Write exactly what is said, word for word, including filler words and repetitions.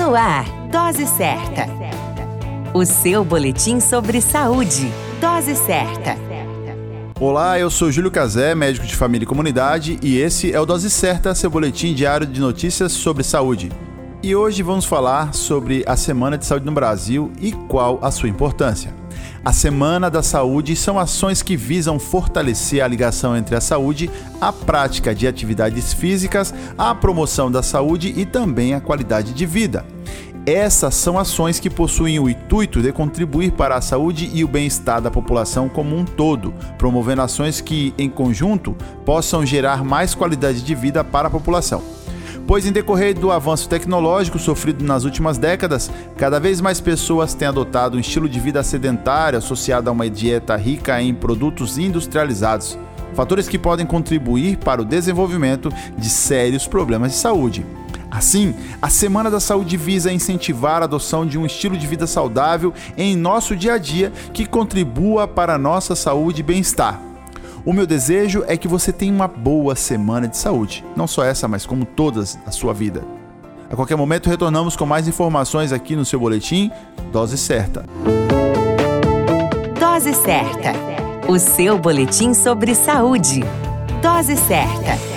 No ar, Dose Certa. O seu boletim sobre saúde. Dose Certa. Olá, eu sou Júlio Cazé, médico de família e comunidade, e esse é o Dose Certa, seu boletim diário de notícias sobre saúde. E hoje vamos falar sobre a Semana de Saúde no Brasil e qual a sua importância. A Semana da Saúde são ações que visam fortalecer a ligação entre a saúde, a prática de atividades físicas, a promoção da saúde e também a qualidade de vida. Essas são ações que possuem o intuito de contribuir para a saúde e o bem-estar da população como um todo, promovendo ações que, em conjunto, possam gerar mais qualidade de vida para a população. Pois, em decorrer do avanço tecnológico sofrido nas últimas décadas, cada vez mais pessoas têm adotado um estilo de vida sedentário associado a uma dieta rica em produtos industrializados, fatores que podem contribuir para o desenvolvimento de sérios problemas de saúde. Assim, a Semana da Saúde visa incentivar a adoção de um estilo de vida saudável em nosso dia a dia que contribua para a nossa saúde e bem-estar. O meu desejo é que você tenha uma boa semana de saúde, não só essa, mas como todas a sua vida. A qualquer momento retornamos com mais informações aqui no seu boletim Dose Certa. Dose Certa. O seu boletim sobre saúde. Dose Certa.